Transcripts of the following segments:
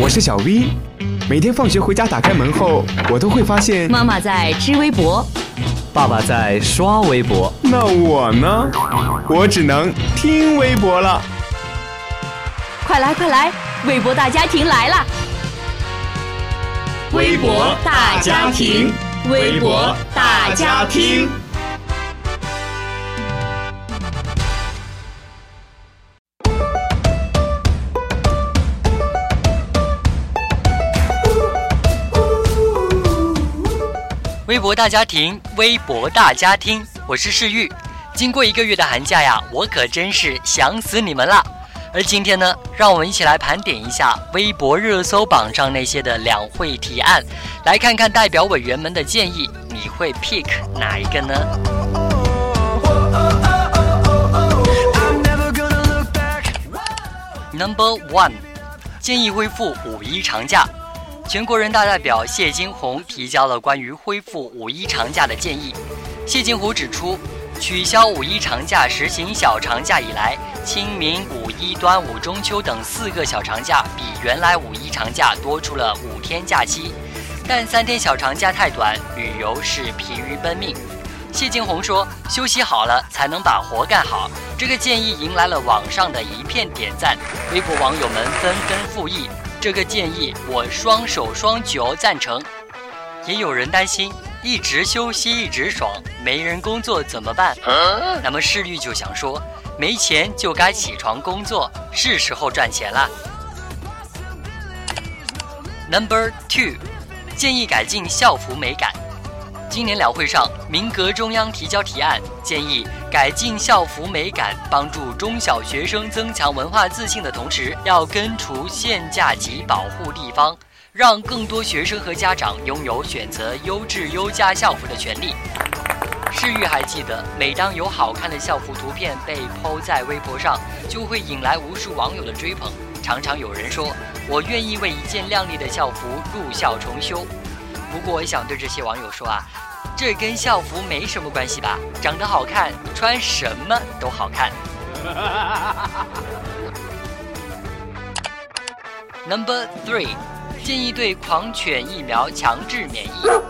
我是小 V， 每天放学回家打开门后，我都会发现妈妈在织微博， 爸爸在刷微博。 那我呢？我只能听微博了。 快来快来，微博大家庭来了！ 微博大家庭，微博大家庭。 微博大家庭，微博大家庭，我是世玉。经过1个月的寒假呀，我可真是想死你们了。而今天呢，让我们一起来盘点一下微博热搜榜上那些的两会提案，来看看代表委员们的建议，你会 pick 哪一个呢？ Number 1， 建议恢复5一长假。全国人大代表谢金红提交了关于恢复5一长假的建议。谢金红指出，取消5一长假实行小长假以来，清明、5一、端午、中秋等4个小长假比原来5一长假多出了5天假期，但3天小长假太短，旅游是疲于奔命。谢金红说，休息好了才能把活干好。这个建议迎来了网上的一片点赞，微博网友们纷纷附议，这个建议我双手双脚赞成。也有人担心，一直休息一直爽，没人工作怎么办？那么世律就想说，没钱就该起床工作，是时候赚钱了。Number 2， 建议改进校服美感。今年两会上，民革中央提交提案，建议改进校服美感，帮助中小学生增强文化自信的同时，要根除限价及保护地方，让更多学生和家长拥有选择优质优价校服的权利。世玉还记得，每当有好看的校服图片被PO在微博上，就会引来无数网友的追捧。常常有人说，我愿意为一件靓丽的校服入校重修。不过我想对这些网友说啊，这跟校服没什么关系吧，长得好看，穿什么都好看。Number 3， 建议对狂犬疫苗强制免疫。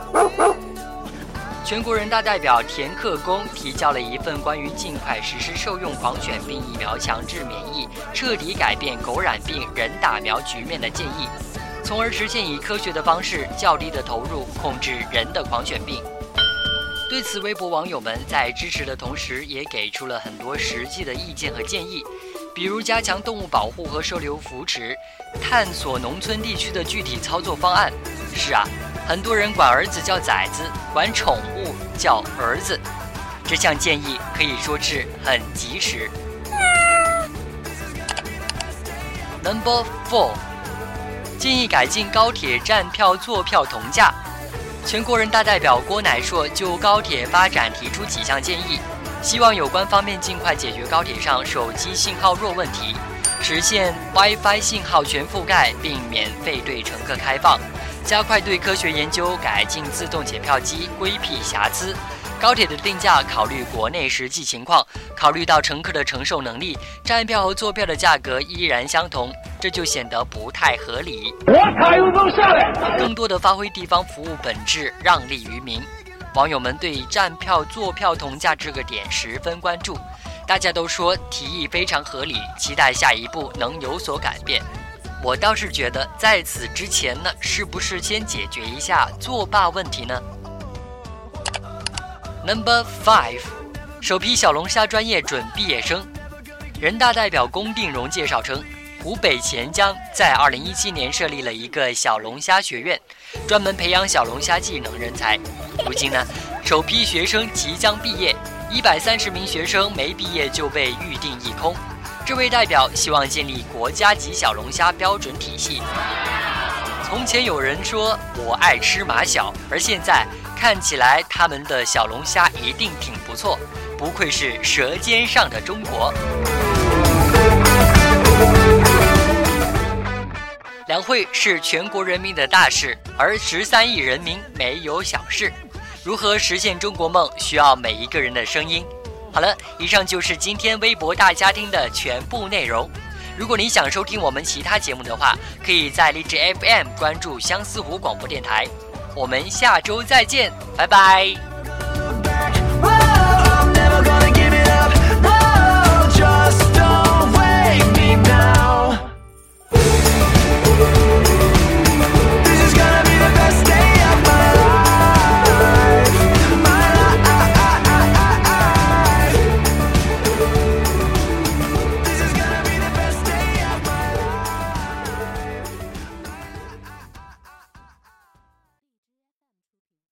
全国人大代表田克公提交了一份关于尽快实施兽用狂犬病疫苗强制免疫，彻底改变狗染病人打苗局面的建议，从而实现以科学的方式较低的投入控制人的狂犬病。对此，微博网友们在支持的同时，也给出了很多实际的意见和建议，比如加强动物保护和收留扶持，探索农村地区的具体操作方案。是啊，很多人管儿子叫崽子，管宠物叫儿子。这项建议可以说是很及时。Number 4， 建议改进高铁站票坐票同价。全国人大代表郭乃硕就高铁发展提出几项建议，希望有关方面尽快解决高铁上手机信号弱问题，实现 WiFi 信号全覆盖，并免费对乘客开放，加快对科学研究，改进自动检票机，规避瑕疵。高铁的定价考虑国内实际情况，考虑到乘客的承受能力，站票和坐票的价格依然相同，这就显得不太合理。 我卡又能下来， 更多的发挥地方服务本质，让利于民。网友们对站票坐票同价这个点十分关注，大家都说提议非常合理，期待下一步能有所改变。我倒是觉得在此之前呢，是不是先解决一下作罢问题呢？ Number 5， 首批小龙虾专业准毕业生。人大代表龚定荣介绍称，湖北潜江在2017年设立了一个小龙虾学院，专门培养小龙虾技能人才。如今呢，首批学生即将毕业，130名学生没毕业就被预定一空。这位代表希望建立国家级小龙虾标准体系。从前有人说我爱吃马小，而现在看起来他们的小龙虾一定挺不错，不愧是舌尖上的中国。两会是全国人民的大事，而13亿人民没有小事。如何实现中国梦，需要每一个人的声音。好了，以上就是今天微博大家庭的全部内容。 如果你想收听我们其他节目的话，可以在荔枝 FM 关注相思湖广播电台。我们下周再见，拜拜。